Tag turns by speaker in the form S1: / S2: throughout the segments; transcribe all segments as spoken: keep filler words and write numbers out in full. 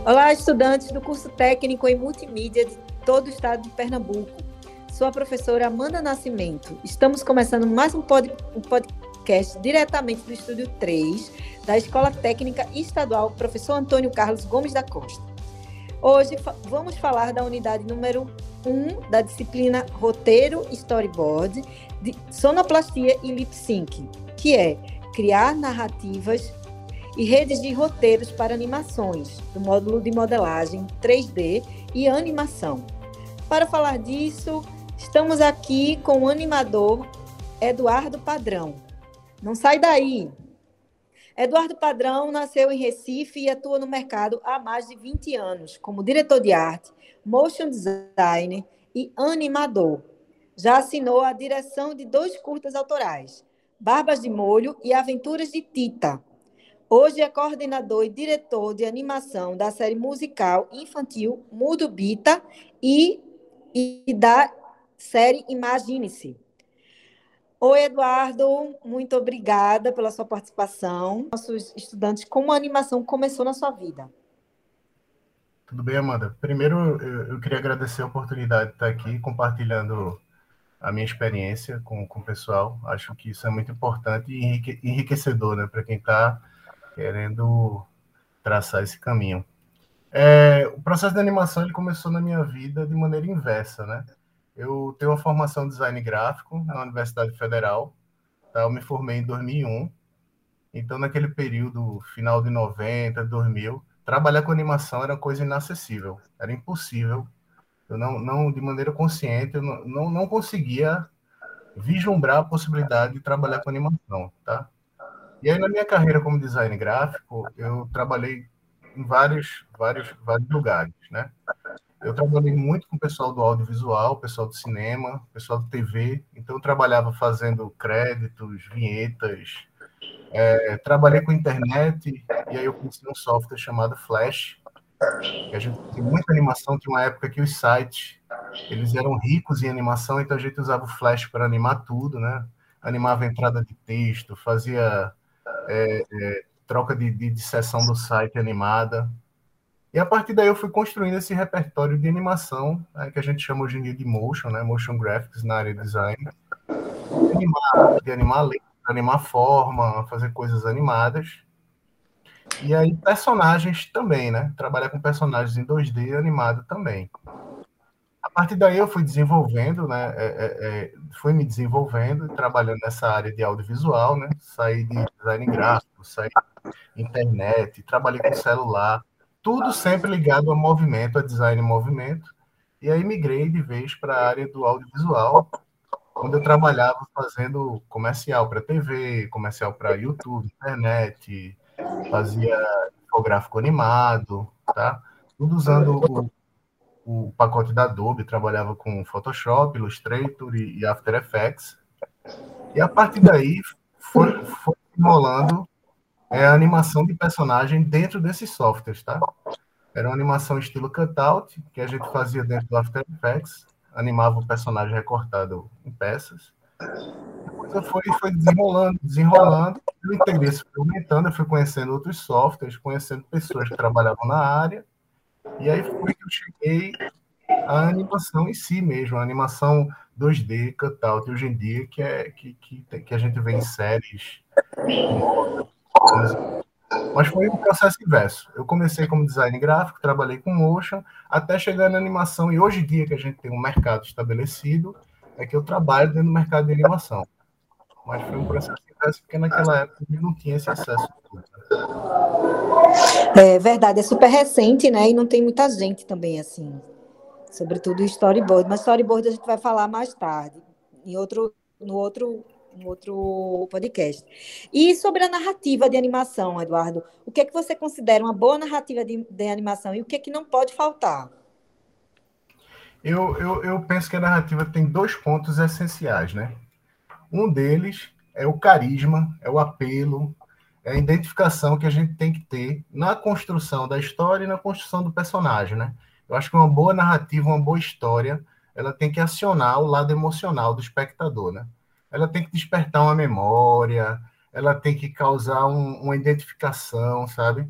S1: Olá, estudantes do curso técnico em multimídia de todo o estado de Pernambuco. Sou a professora Amanda Nascimento. Estamos começando mais um, pod, um podcast diretamente do Estúdio três, da Escola Técnica Estadual Professor Antônio Carlos Gomes da Costa. Hoje fa- vamos falar da unidade número um da disciplina Roteiro e Storyboard, de Sonoplastia e Lip Sync, que é criar narrativas e redes de roteiros para animações, do módulo de modelagem três D e animação. Para falar disso, estamos aqui com o animador Eduardo Padrão. Não sai daí! Eduardo Padrão nasceu em Recife e atua no mercado há mais de vinte anos, como diretor de arte, motion designer e animador. Já assinou a direção de dois curtas autorais, Barbas de Molho e Aventuras de Tita. Hoje é coordenador e diretor de animação da série musical infantil Mudo Bita e, e da série Imagine-se. Oi, Eduardo, muito obrigada pela sua participação. Nossos estudantes, como a animação começou na sua vida?
S2: Tudo bem, Amanda? Primeiro, eu, eu queria agradecer a oportunidade de estar aqui compartilhando a minha experiência com, com o pessoal. Acho que isso é muito importante e enrique, enriquecedor, né, para quem está querendo traçar esse caminho. É, o processo de animação ele começou na minha vida de maneira inversa, né? Eu tenho uma formação em design gráfico na Universidade Federal, tá? Eu me formei em dois mil e um, então naquele período, final de noventa, dois mil, trabalhar com animação era coisa inacessível, era impossível. Eu não, não de maneira consciente, eu não, não, não conseguia vislumbrar a possibilidade de trabalhar com animação, tá? E aí, na minha carreira como design gráfico, eu trabalhei em vários, vários, vários lugares, né? Eu trabalhei muito com o pessoal do audiovisual, pessoal do cinema, pessoal do T V. Então, eu trabalhava fazendo créditos, vinhetas. É, trabalhei com internet, e aí eu conheci um software chamado Flash, que a gente fazia muita animação. Tinha uma época que os sites, eles eram ricos em animação, então a gente usava o Flash para animar tudo, né? Animava a entrada de texto, fazia é, é, troca de, de, de sessão do site animada. E a partir daí eu fui construindo esse repertório de animação, né, que a gente chama hoje em dia de motion, né, motion graphics na área de design, de animar, de animar letra, animar forma, fazer coisas animadas. E aí personagens também, né? Trabalhar com personagens em dois D animado também. A partir daí eu fui desenvolvendo, né? É, é, é, fui me desenvolvendo, trabalhando nessa área de audiovisual, né? Saí de design gráfico, saí de internet, trabalhei com celular, tudo sempre ligado a movimento, a design em movimento. E aí migrei de vez para a área do audiovisual, onde eu trabalhava fazendo comercial para T V, comercial para YouTube, internet, fazia infográfico animado, tá? Tudo usando o, o pacote da Adobe, trabalhava com Photoshop, Illustrator e, e After Effects. E a partir daí foi, foi rolando é, a animação de personagem dentro desses softwares, tá? Era uma animação estilo cutout, que a gente fazia dentro do After Effects, animava o personagem recortado em peças. Depois eu fui, foi desenrolando, desenrolando, o interesse foi aumentando, eu fui conhecendo outros softwares, conhecendo pessoas que trabalhavam na área, e aí foi que eu cheguei à animação em si mesmo, a animação dois D, cutout, hoje em dia, que, é, que, que, que a gente vê em séries, mas foi um processo inverso. Eu comecei como design gráfico, trabalhei com motion, até chegar na animação, e hoje em dia que a gente tem um mercado estabelecido, é que eu trabalho dentro do mercado de animação. Mas foi um processo inverso, porque naquela época a gente não tinha esse acesso a tudo.
S1: É verdade, é super recente, né? E não tem muita gente também, assim, sobretudo o storyboard. Mas storyboard a gente vai falar mais tarde, em outro, no outro, no outro podcast. E sobre a narrativa de animação, Eduardo, o que é que você considera uma boa narrativa de, de animação e o que é que não pode faltar?
S2: Eu, eu, eu penso que a narrativa tem dois pontos essenciais, né? Um deles é o carisma, é o apelo, é a identificação que a gente tem que ter na construção da história e na construção do personagem, né? Eu acho que uma boa narrativa, uma boa história, ela tem que acionar o lado emocional do espectador, né? Ela tem que despertar uma memória, ela tem que causar um, uma identificação, sabe?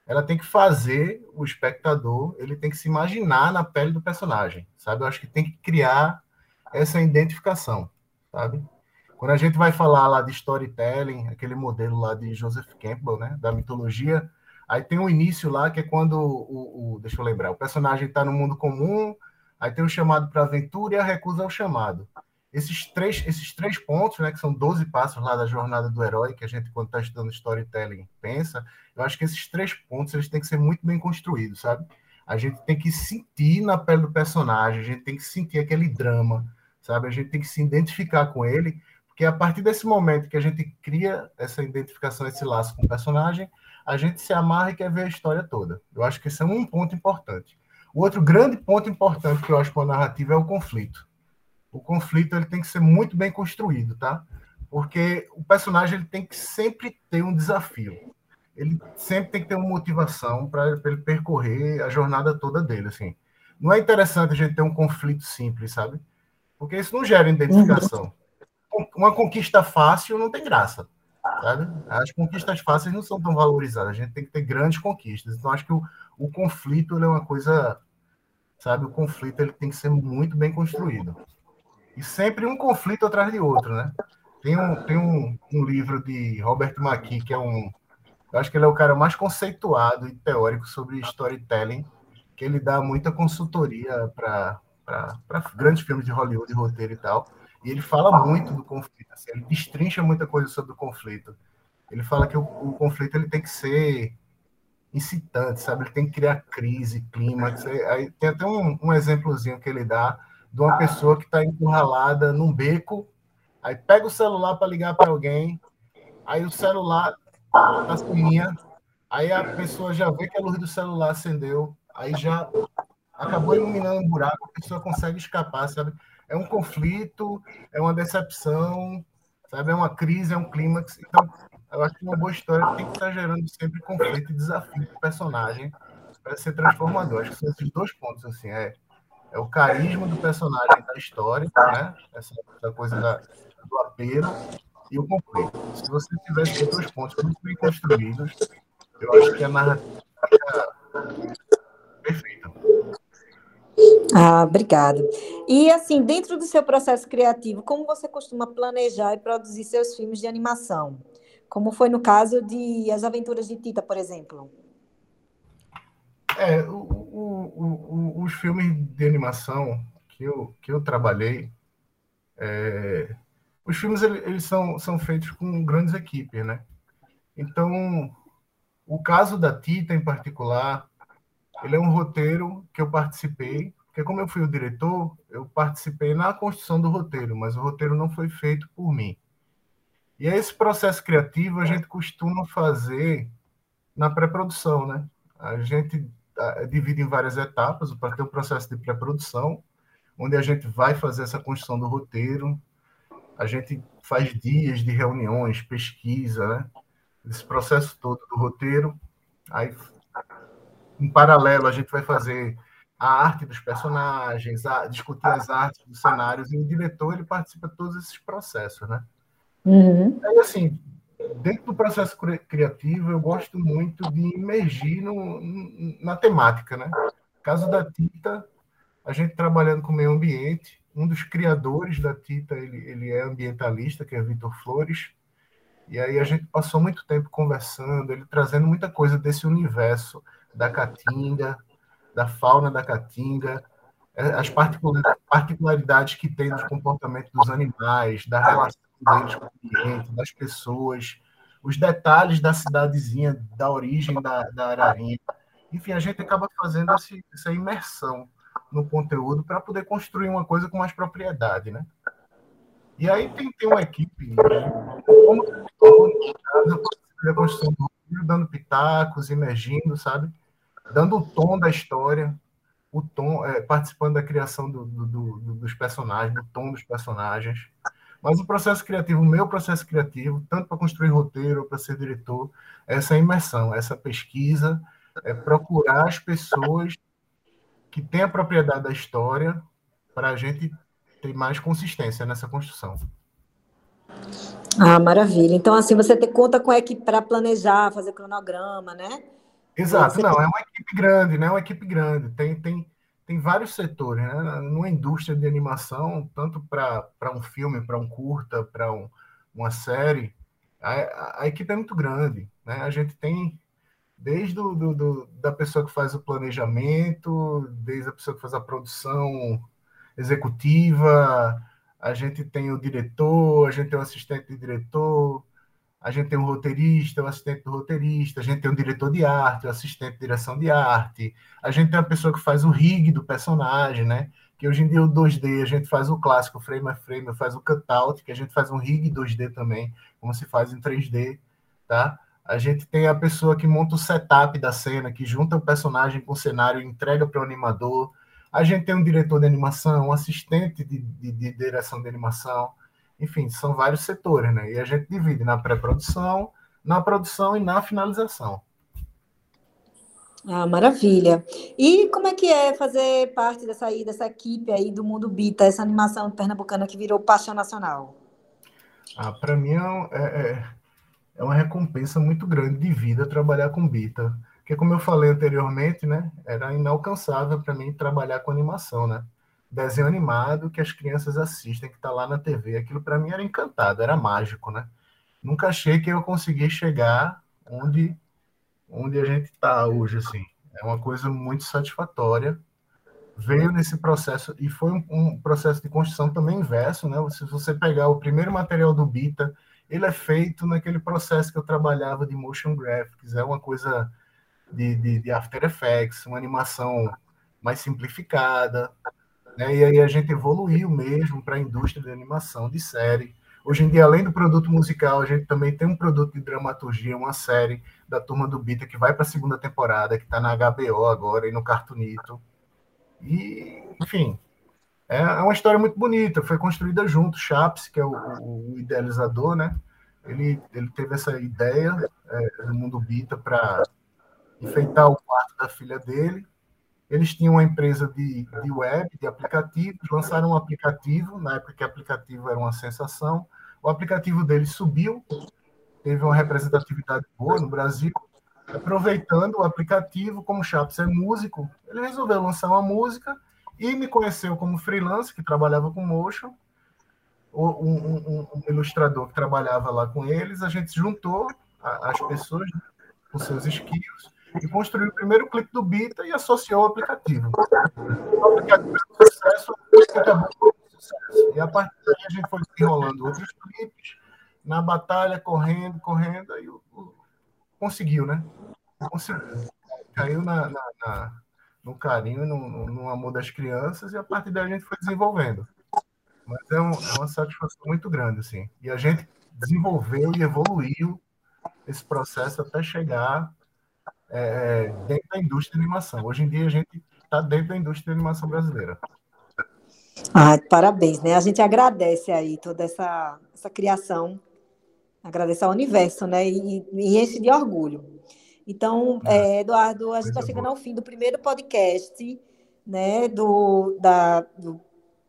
S2: ela tem que fazer o espectador, ele tem que se imaginar na pele do personagem, sabe? Eu acho que tem que criar essa identificação, sabe? Quando a gente vai falar lá de storytelling, aquele modelo lá de Joseph Campbell, né, da mitologia, aí tem um início lá que é quando o, o deixa eu lembrar, o personagem está no mundo comum, aí tem o chamado para aventura e a recusa ao chamado. Esses três, esses três pontos, né, que são doze passos lá da jornada do herói, que a gente, quando está estudando storytelling, pensa, eu acho que esses três pontos eles têm que ser muito bem construídos, sabe? A gente tem que sentir na pele do personagem, a gente tem que sentir aquele drama, sabe? A gente tem que se identificar com ele, porque a partir desse momento que a gente cria essa identificação, esse laço com o personagem, a gente se amarra e quer ver a história toda. Eu acho que esse é um ponto importante. O outro grande ponto importante que eu acho para a narrativa é o conflito. O conflito ele tem que ser muito bem construído, tá? Porque o personagem ele tem que sempre ter um desafio. Ele sempre tem que ter uma motivação para ele percorrer a jornada toda dele, assim. Não é interessante a gente ter um conflito simples, sabe? Porque isso não gera identificação. Uhum. Uma conquista fácil não tem graça, sabe? As conquistas fáceis não são tão valorizadas. A gente tem que ter grandes conquistas. Então, acho que o, o conflito ele é uma coisa, sabe? O conflito ele tem que ser muito bem construído. E sempre um conflito atrás de outro, né? Tem um, tem um, um livro de Robert McKee, que é um... Eu acho que ele é o cara mais conceituado e teórico sobre storytelling, que ele dá muita consultoria para grandes filmes de Hollywood, roteiro e tal. E ele fala muito do conflito, assim, ele destrincha muita coisa sobre o conflito. Ele fala que o, o conflito ele tem que ser incitante, sabe? Ele tem que criar crise, clímax. Aí tem até um, um exemplozinho que ele dá de uma pessoa que está encurralada num beco, aí pega o celular para ligar para alguém, aí o celular está sem linha, aí a pessoa já vê que a luz do celular acendeu, aí já acabou iluminando um buraco, a pessoa consegue escapar, sabe? É um conflito, é uma decepção, sabe? É uma crise, é um clímax. Então, eu acho que uma boa história tem que estar gerando sempre conflito e desafio do personagem para ser transformador. Acho que são esses dois pontos, assim, é É o carisma do personagem da história, né? Essa, essa coisa da, do apelo e o conflito. Se você tivesse esses dois pontos muito bem construídos, eu acho que a narrativa fica perfeita.
S1: Ah, obrigada. E, assim, dentro do seu processo criativo, como você costuma planejar e produzir seus filmes de animação? Como foi no caso de As Aventuras de Tita, por exemplo?
S2: É, o, o, o, os filmes de animação que eu, que eu trabalhei, é, os filmes eles, eles são, são feitos com grandes equipes, né? Então, o caso da Tita, em particular, ele é um roteiro que eu participei, porque como eu fui o diretor, eu participei na construção do roteiro, mas o roteiro não foi feito por mim. E esse processo criativo a gente costuma fazer na pré-produção, né? A gente divide em várias etapas, para ter o processo de pré-produção, onde a gente vai fazer essa construção do roteiro, a gente faz dias de reuniões, pesquisa, né? Esse processo todo do roteiro, aí em paralelo a gente vai fazer a arte dos personagens, a, discutir as artes dos cenários, e o diretor ele participa de todos esses processos, né? Uhum. Aí, assim, dentro do processo criativo, eu gosto muito de imergir no, na temática, né? No caso da Tita, a gente trabalhando com o meio ambiente, um dos criadores da Tita, ele, ele é ambientalista, que é Vitor Flores, e aí a gente passou muito tempo conversando, ele trazendo muita coisa desse universo da Caatinga, da fauna da Caatinga, as particularidades que tem dos comportamentos dos animais, da relação deles com o ambiente, das pessoas, os detalhes da cidadezinha, da origem da, da Ararinha. Enfim, a gente acaba fazendo esse, essa imersão no conteúdo para poder construir uma coisa com mais propriedade, né? E aí tem, tem uma equipe, como a construção do roteiro, dando pitacos, emergindo, sabe? Dando o tom da história, o tom, é, participando da criação do, do, do, dos personagens, do tom dos personagens. Mas o processo criativo, o meu processo criativo, tanto para construir roteiro, para ser diretor, é essa imersão, essa pesquisa, é procurar as pessoas que têm a propriedade da história para a gente ter mais consistência nessa construção.
S1: Ah, maravilha. Então, assim, você te conta com a equipe para planejar, fazer cronograma, né?
S2: Exato, não, é uma equipe grande, né? É uma equipe grande, tem, tem, tem vários setores, né? Numa indústria de animação, tanto para um filme, para um curta, para um, uma série, a, a equipe é muito grande, né? A gente tem desde do, do, do, da pessoa que faz o planejamento, desde a pessoa que faz a produção executiva, a gente tem o diretor, a gente tem o assistente de diretor, a gente tem um roteirista, o assistente do roteirista, a gente tem um diretor de arte, o assistente de direção de arte, a gente tem a pessoa que faz o rig do personagem, né? Que hoje em dia o dois D, a gente faz o clássico frame a frame, faz o cutout, que a gente faz um rig dois D também, como se faz em três D, tá? A gente tem a pessoa que monta o setup da cena, que junta o personagem com o cenário e entrega para o animador. A gente tem um diretor de animação, um assistente de, de, de direção de animação. Enfim, são vários setores, né? E a gente divide na pré-produção, na produção e na finalização.
S1: Ah, maravilha. E como é que é fazer parte dessa, aí, dessa equipe aí do Mundo Bita, essa animação pernambucana que virou paixão nacional?
S2: Ah, para mim é, é, é uma recompensa muito grande de vida trabalhar com Bita. Porque, como eu falei anteriormente, né? Era inalcançável para mim trabalhar com animação, né? Desenho animado que as crianças assistem, que está lá na T V. Aquilo para mim era encantado, era mágico, né? Nunca achei que eu conseguia chegar onde, onde a gente está hoje, assim. É uma coisa muito satisfatória. Veio nesse processo, e foi um, um processo de construção também inverso, né? Se você pegar o primeiro material do Bita, ele é feito naquele processo que eu trabalhava de motion graphics, é uma coisa de, de, de After Effects, uma animação mais simplificada, né? E aí a gente evoluiu mesmo para a indústria de animação, de série. Hoje em dia, além do produto musical, a gente também tem um produto de dramaturgia, uma série da Turma do Bita que vai para a segunda temporada, que está na H B O agora e no Cartoonito. E, enfim, é uma história muito bonita, foi construída junto. Chaps, que é o, o idealizador, né? Ele, ele teve essa ideia é, do Mundo Bita para enfeitar o quarto da filha dele. Eles tinham uma empresa de, de web, de aplicativos, lançaram um aplicativo, na época que aplicativo era uma sensação. O aplicativo deles subiu, teve uma representatividade boa no Brasil. Aproveitando o aplicativo, como o Chaps é músico, ele resolveu lançar uma música e me conheceu como freelance, que trabalhava com motion, um, um, um ilustrador que trabalhava lá com eles. A gente juntou as pessoas com seus skills e construiu o primeiro clipe do Bita e associou o aplicativo. O aplicativo foi um sucesso, acabou com sucesso. E a partir daí a gente foi desenrolando outros clipes, na batalha, correndo, correndo, aí o, o, conseguiu, né? Conseguiu. Caiu na, na, na, no carinho, no, no amor das crianças, e a partir daí a gente foi desenvolvendo. Mas é, um, é uma satisfação muito grande, assim. E a gente desenvolveu e evoluiu esse processo até chegar é, dentro da indústria de animação. Hoje em dia a gente está dentro da indústria de animação brasileira.
S1: Ah, parabéns, né? A gente agradece aí toda essa, essa criação, agradece ao universo, né? E, e enche de orgulho. Então, ah, é, Eduardo, a gente está chegando boa. ao fim do primeiro podcast, né? Do, da, do,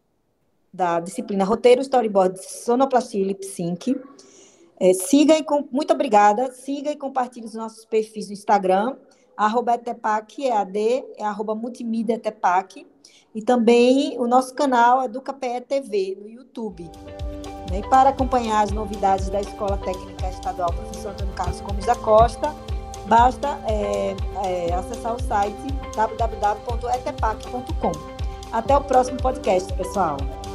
S1: da disciplina Roteiro, Storyboard, Sonoplastia e Lip Sync. É, siga e com, muito obrigada. Siga e compartilhe os nossos perfis no Instagram, arroba etepac, E A D, é arroba multimídia etepac. E também o nosso canal EducaPE T V, no YouTube. E para acompanhar as novidades da Escola Técnica Estadual Professor Antônio Carlos Gomes da Costa, basta é, é, acessar o site w w w ponto etepac ponto com. Até o próximo podcast, pessoal.